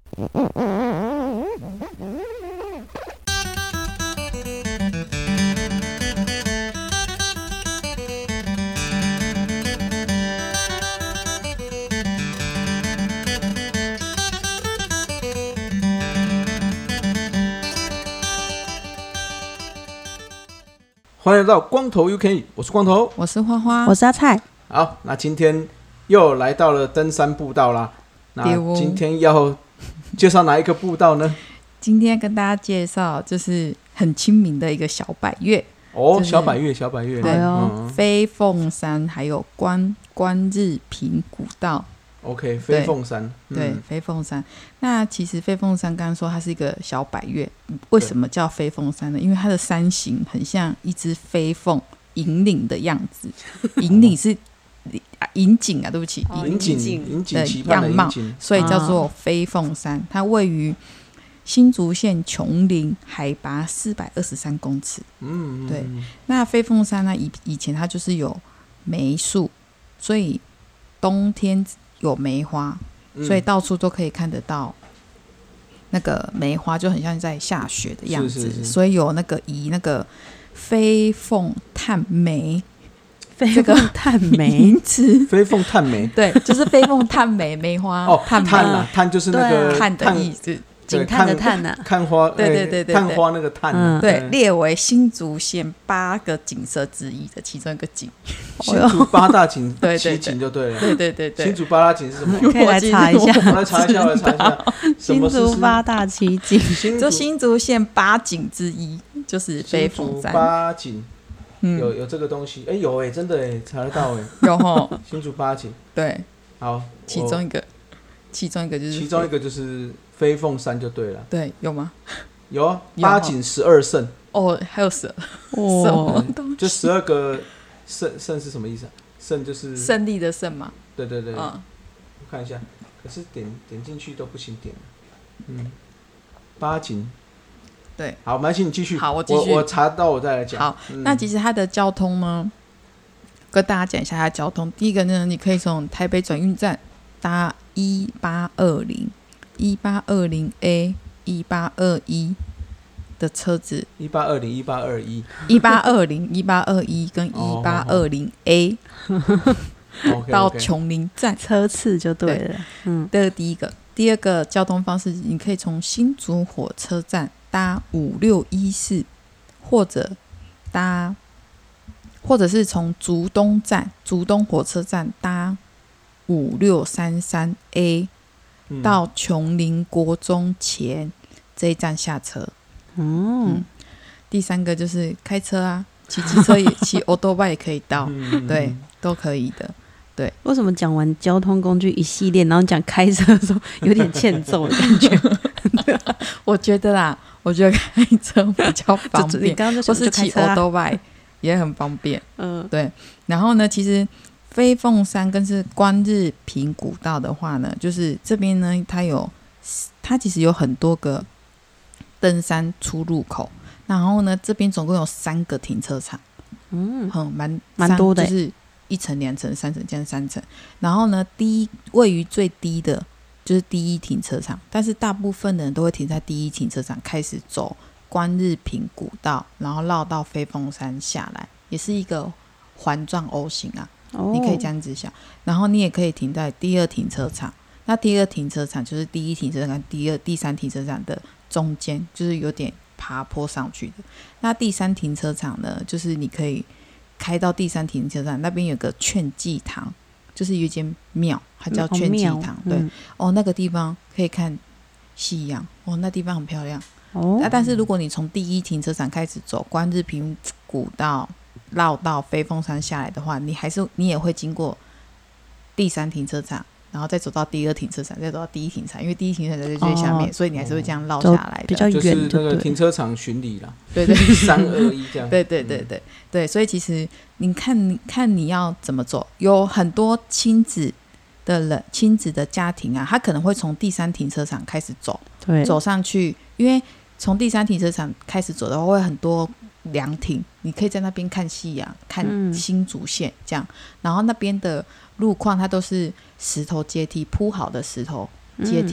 欢迎来到光头 UK， 我是光头， 我是花花， 我是阿菜。 好，那今天又来到了登山步道啦。那今天要介绍哪一个步道呢？ 今天跟大家介绍就是很亲民的一个小百岳哦， 就是、 小百岳， 对，飞凤山还有观日平古道。 OK， 飞凤山， 对，飞凤山。那其实飞凤山刚刚说它是一个小百岳，为什么叫飞凤山呢？因为它的山形很像一只飞凤引领的样子，引领是引颈啊，对不起， 引颈的样貌，所以叫做飞凤山。它位于新竹县琼林，海拔423公尺。对。那飞凤山呢，以前它就是有梅树，所以冬天有梅花，所以到处都可以看得到那个梅花，就很像在下雪的样子。是所以有那个以那个飞凤探梅。 飞凤探梅词， 飞凤探梅， 对，就是飞凤探梅梅花。 哦，探啊，探就是那个探的意思， 警探的探啊， 看花， 对， 探花那个探， 对，列为新竹县8个景色之一的其中一个景。 新竹8大景，奇景就对了。 对。 新竹8大景是什么？ 可以来查一下。 我来查一下。 新竹8大奇景， 就新竹县8景之一，就是飞凤山。 8景。有这个东西，有真的查得到有齁， 新竹8景， 对， 好， 其中一个就是飞凤山就对了， 对，有吗？ 有啊，8景12胜， 哦，还有什么东西？ 就12个胜是什么意思啊？胜就是胜利的胜嘛， 对，我看一下，可是点进去都不行点，8景。对，好，没关系，你继续。 好，我继续。 我查到我再来讲。 好，那其实它的交通呢，跟大家讲一下它的交通。第一个呢，你可以从台北转运站搭1820、1820A、1821的车子。 1820、1821、 1820跟1820A 到琼林站车次就对了。 这是第一个。第二个交通方式，你可以从新竹火车站搭5614，或者是从竹东火车站搭5633A 到琼林国中前这一站下车。第三个就是开车啊，骑机车也骑欧多拜也可以到，对，都可以的。对， 为什么讲完交通工具一系列，然后讲开车的时候有点欠揍的感觉？ 我觉得开车比较方便， 你刚刚或是骑欧多拜也很方便。对。然后呢，其实飞凤山跟是观日平古道的话呢，就是这边呢，它其实有很多个登山出入口，然后呢，这边总共有3个停车场，蛮多的，就是1层、2层、3层，这样3层。然后呢，位于最低的就是第1停车场，但是大部分的人都会停在第1停车场，开始走观日平古道，然后绕到飞凤山下来，也是一个环状 O 型啊。你可以这样子想。然后你也可以停在第2停车场，那第2停车场就是第1停车场跟第3停车场的中间，就是有点爬坡上去的。那第3停车场呢，就是你可以开到第3停车场，那边有个劝济堂，就是有一间庙，它叫劝济堂。对，那个地方可以看夕阳，那地方很漂亮。但是如果你从第1停车场开始走观日平古道，绕到飞凤山下来的话，你也会经过第3停车场，然后再走到第2停车场，再走到第1停车场，因为第1停车场在最下面，所以你还是会这样绕下来的， 比较远， 就是那个停车场巡礼啦。 对 ，321这样。 对，所以其实你看你要怎么走，有很多亲子的家庭啊，他可能会从第3停车场开始走上去，因为从第3停车场开始走的话，会很多凉亭，你可以在那边看夕阳，看新竹县这样。然后那边的路况它都是石头阶梯铺好的石头阶梯，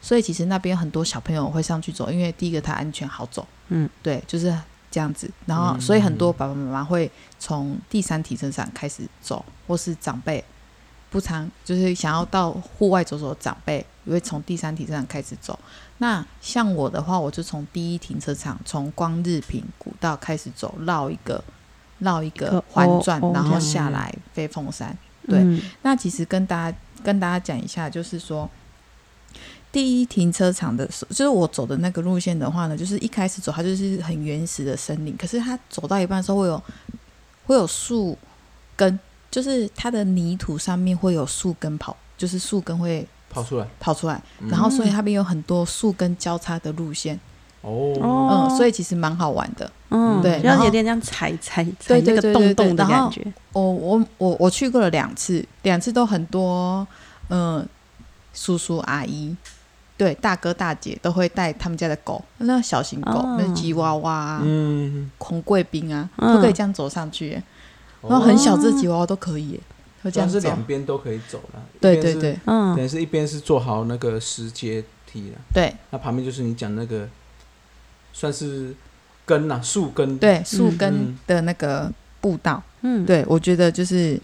所以其实那边很多小朋友会上去走，因为第一个它安全好走，对，就是这样子。然后所以很多爸爸妈妈会从第3停车场开始走，或是长辈不常就是想要到户外走走的长辈也会从第3停车场开始走。那像我的话，我就从第1停车场从光日平古道开始走，绕一个环转，然后下来飞凤山。对，那其实跟大家讲一下，就是说第1停车场的时候，就是我走的那个路线的话呢，就是一开始走它就是很原始的森林，可是它走到一半的时候会有树根，就是它的泥土上面会有树根就是树根会跑出来，然后所以那边有很多树根交叉的路线。所以其实蛮好玩的。对， 然后有点像踩那个洞洞的感觉。 我去过了2次都很多叔叔阿姨，对，大哥大姐都会带他们家的狗，那小型狗，那吉娃娃啊，红贵宾啊，都可以这样走上去。然后很小只吉娃娃都可以，会这样走。 但是两边都可以走了。 对对对， 等于是一边是做好那个石阶梯了， 对， 那旁边就是你讲那个算是根啊，树根， 对，树根的那个步道。对，我觉得就是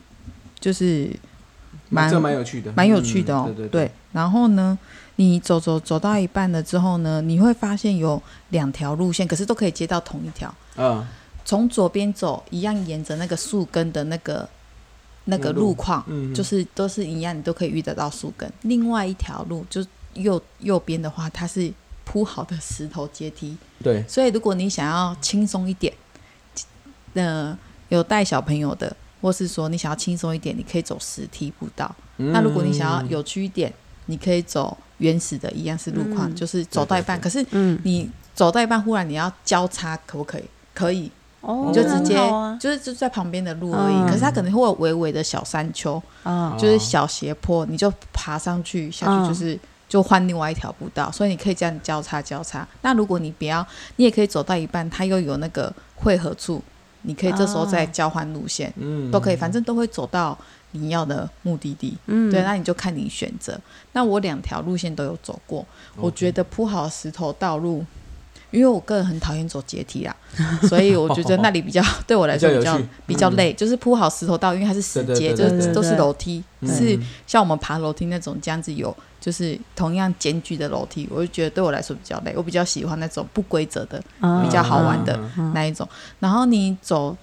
蛮有趣的， 蛮有趣的哦。 对， 然后呢，你走到一半了之后呢，你会发现有2条路线，可是都可以接到同一条。从左边走，一样沿着那个树根的那个路况，就是都是一样，你都可以遇得到树根。另外一条路就右边的话，它是铺好的石头阶梯。 对， 所以如果你想要轻松一点，有带小朋友的，或是说你想要轻松一点，你可以走石梯步道。那如果你想要有趣一点，你可以走原始的，一样是路况，就是走到一半，可是你走到一半忽然你要交叉，可不可以？可以。你就直接就在旁边的路而已，可是它可能会有微微的小山丘，就是小斜坡，你就爬上去下去，就换另外一条步道，所以你可以这样交叉。那如果你不要，你也可以走到一半，它又有那个汇合处，你可以这时候再交换路线，都可以，反正都会走到你要的目的地。对，那你就看你选择。那我2条路线都有走过，我觉得铺好石头道路。因为我个人很讨厌走阶梯啦，所以我觉得那里对我来说比较累，就是铺好石头道，因为它是石阶，就是都是楼梯，是像我们爬楼梯那种这样子有就是同样间距的楼梯，我就觉得对我来说比较累，我比较喜欢那种不规则的，比较好玩的那一种。然后你走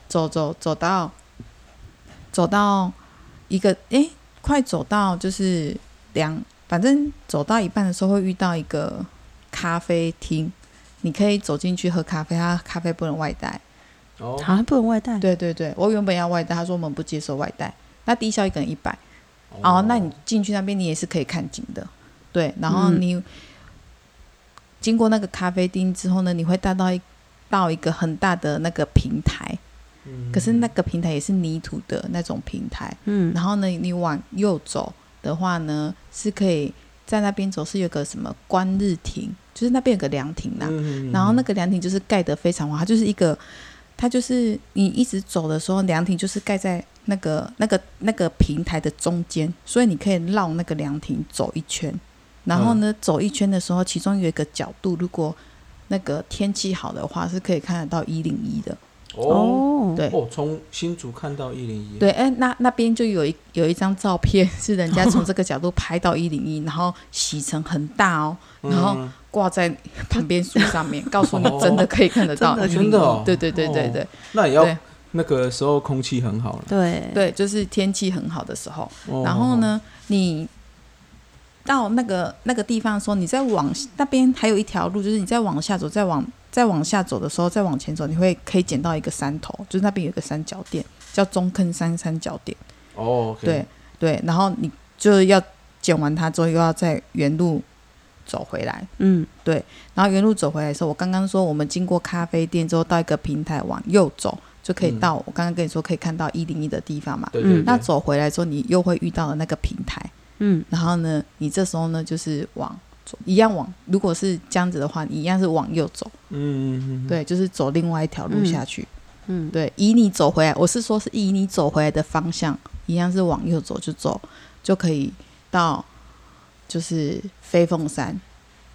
到一个快走到就是反正走到一半的时候会遇到一个咖啡厅。你可以走进去喝咖啡，他咖啡不能外带。 不能外带？ 对对对，我原本要外带，他说我们不接受外带。那低消一个人100。那你进去那边你也是可以看景的。对，然后你经过那个咖啡厅之后呢，你会到一个很大的那个平台。可是那个平台也是泥土的那种平台。然后呢，你往右走的话呢，是可以在那边走，是有个什么观日亭。就是那边有个凉亭啦，然后那个凉亭就是盖得非常好，它就是你一直走的时候，凉亭就是盖在那个平台的中间，所以你可以绕那个凉亭走一圈。然后呢，走一圈的时候，其中有一个角度，如果那个天气好的话，是可以看得到101的。对， 从新竹看到101。 对，那边就有一张照片，是人家从这个角度拍到101，然后洗成很大然后挂在旁边树上面，告诉你真的可以看得到101。 真的哦。 对对对对对。 那也要那个时候空气很好了。 对对，就是天气很好的时候。然后呢，你到那个地方的时候，你再往那边还有一条路，就是你再往下走，再往下走的时候，再往前走，你可以捡到一个山头，就是那边有一个三角点，叫中坑山三角点。对对，然后你就要捡完它之后，又要再原路走回来。对，然后原路走回来的时候，我刚刚说我们经过咖啡店之后，到一个平台往右走，就可以到我刚刚跟你说可以看到101的地方嘛。 对对对。 那走回来之后，你又会遇到了那个平台。然后呢，你这时候呢就是一样往，如果是这样子的话，你一样是往右走。对，就是走另外一条路下去。对，以你走回来，我是说是以你走回来的方向，一样是往右走，就可以到就是飞凤山。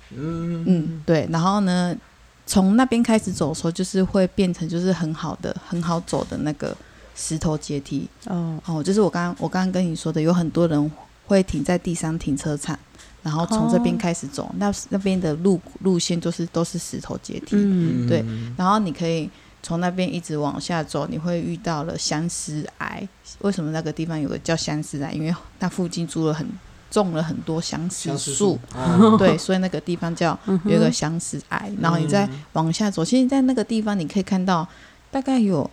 对。然后呢，从那边开始走的时候，就是会变成就是很好走的那个石头阶梯。就是我刚刚跟你说的，有很多人会停在第三停车场，然后从这边开始走，那边的路线都是石头阶梯。对。然后你可以从那边一直往下走，你会遇到了相思崖。为什么那个地方有个叫相思崖？因为那附近种了很多相思树，对，所以那个地方有一个相思崖。然后你再往下走，其实在那个地方你可以看到大概有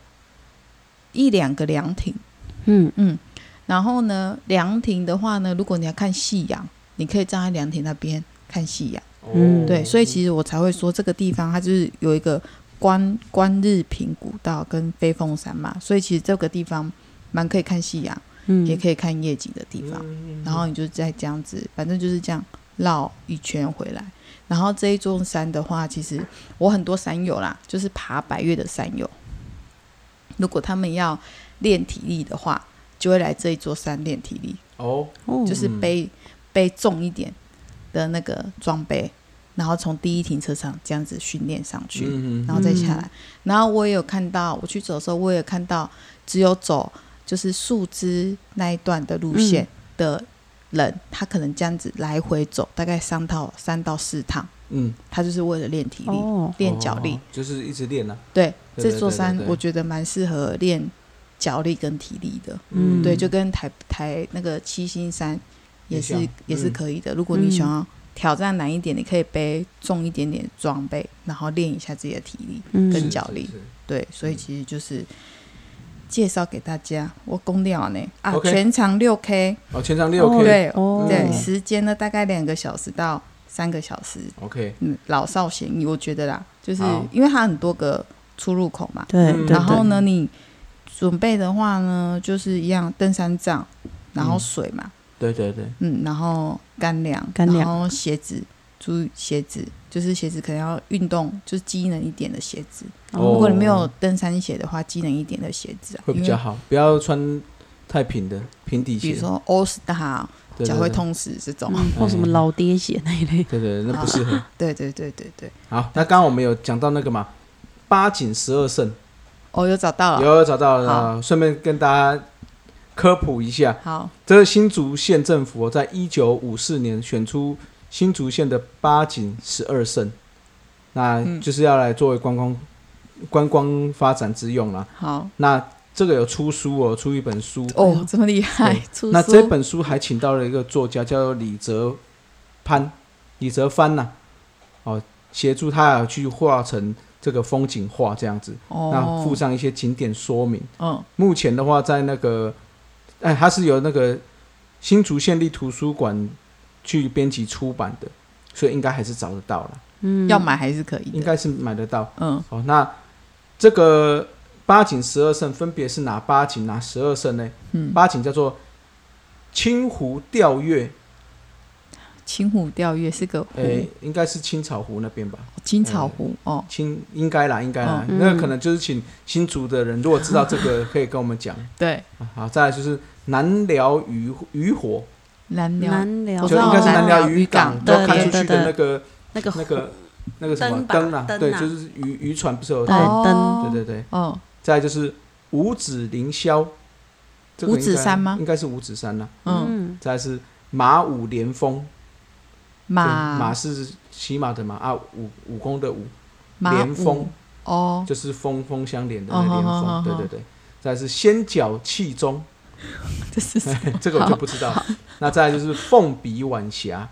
1-2个凉亭。然后呢，凉亭的话呢，如果你要看夕阳，你可以站在凉亭那边看夕阳。对，所以其实我才会说这个地方它就是有一个观日平古道跟飞凤山嘛，所以其实这个地方蛮可以看夕阳，也可以看夜景的地方。然后你就再这样子，反正就是这样绕一圈回来。然后这一座山的话，其实我很多山友啦，就是爬百岳的山友，如果他们要练体力的话，就会来这一座山练体力。就是背重一点的那个装备，然后从第一停车场这样子训练上去，然后再下来。然后我也有看到，我去走的时候，我也有看到只有走就是树枝那一段的路线的人，他可能这样子来回走大概3到4趟。他就是为了练体力，练脚力， 就是一直练啊。 对，这座山我觉得蛮适合练脚力跟体力的。对，就跟台那个七星山也是可以的。如果你想要挑战难一点，你可以背重一点点装备，然后练一下自己的体力跟脚力。对，所以其实就是介绍给大家。我公掉呢全长 6K。 全长 6K。 对，时间呢大概2个小时到3个小时。 OK。 老少咸宜，我觉得啦，就是因为它很多个出入口嘛。 对。 然后呢，你准备的话呢，就是一样登山杖，然后水嘛。 对。 然后干粮，然后鞋子，注意鞋子，就是鞋子可能要运动，就是机能一点的鞋子。如果你没有登山鞋的话，机能一点的鞋子会比较好，不要穿太平的平底鞋， 比如说 All Star 脚会痛死这种， 或什么老爹鞋那一类。 对，那不适合。 对。 好，那刚刚我们有讲到那个嘛，八景12胜。 有找到了， 有找到了。顺便跟大家科普一下。 好， 这是新竹县政府在1954年选出新竹县的八景12胜，那就是要来作为观光发展之用啦。 好， 那这个有出书出一本书。 这么厉害！出书。 那这本书还请到了一个作家，叫做李泽藩呐。协助他去画成这个风景画这样子。那附上一些景点说明。目前的话，在那个它是由那个新竹县立图书馆去编辑出版的，所以应该还是找得到啦。 要买还是可以的， 应该是买得到。那这个八景12胜分别是哪8景哪12胜呢？8景叫做清湖钓月。 清湖钓月是个湖， 应该是青草湖那边吧。 青草湖应该啦。那个可能就是请新竹的人，如果知道这个可以跟我们讲。 对。 好，再来就是南寮渔火。 南寮就应该是南寮渔港都看出去的那个什么灯啊，对，就是渔船不是有灯？对。再来就是五指凌霄。 五指山吗？ 应该是五指山啦。再来是马武连峰。马是骑马的马武功的武，连峰就是峰相连的那连峰。对。再来是仙角气中。这个我就不知道。那再来就是凤鼻晚霞。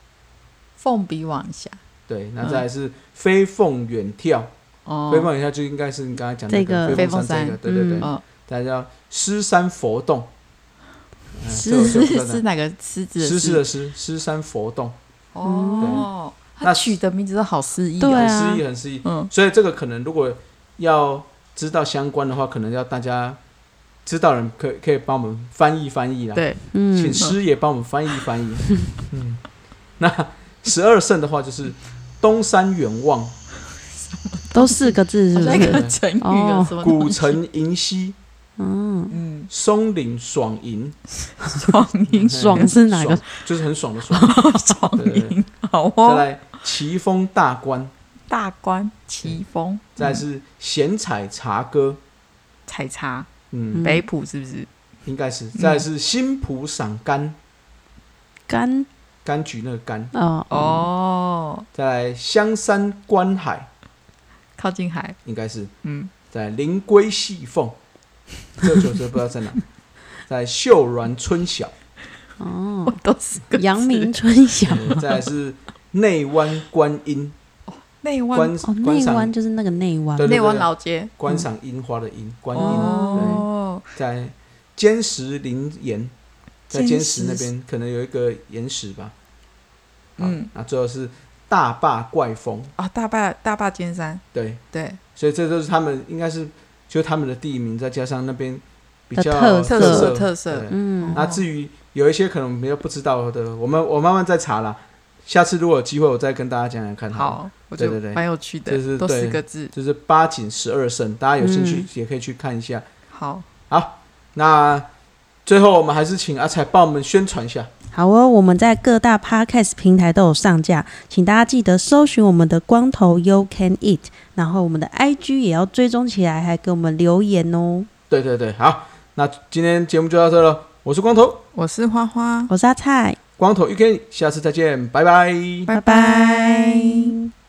对。那再来是飞凤远跳。飞凤远跳就应该是你刚才讲的那个飞凤山这个。对。再来叫狮山佛洞。 是哪个狮子？ 狮子的狮，狮山佛洞。 他取的名字都好诗意。 很诗意。所以这个可能如果要知道相关的话，可能要大家知道人可以帮我们翻译啦。 对。 请师爷帮我们翻译。那12胜的话就是东山远望。 都4个字是不是？ 那个成语啊，什么？ 古城迎溪。松岭爽迎。 爽是哪个？ 就是很爽的爽。 爽迎。好。 再来奇峰大关， 大关奇峰， 再来是咸采茶歌， 采茶，北埔是不是？ 应该是。再来是新埔赏柑，柑橘那个柑。 哦。 再来香山观海， 靠近海， 应该是。再来灵龟戏凤，这酒不知道在哪。再来秀峦春晓， 都是阳明春晓。 再来是内湾观音， 内湾内湾就是那个内湾， 内湾老街， 观赏樱花的樱，观音。对，在尖石林岩，在尖石那边可能有一个岩石吧。那最后是大坝怪峰啊，大坝尖山。对， 所以这都是他们应该是就他们的地名，再加上那边比较特色。 那至于有一些可能比较不知道的，我慢慢再查啦。下次如果有机会，我再跟大家讲讲看。 好，我觉得蛮有趣的， 就是都4个字， 就是八景12胜，大家有兴趣也可以去看一下。 好， 那最后我们还是请阿采帮我们宣传一下。 好哦，我们在各大 podcast 平台都有上架，请大家记得搜寻我们的光头 You Can Eat， 然后我们的 IG 也要追踪起来，还给我们留言哦。 对，好，那今天节目就到这了。我是光头， 我是花花， 我是阿采， 光头 You Can Eat， 下次再见，拜拜， 拜拜。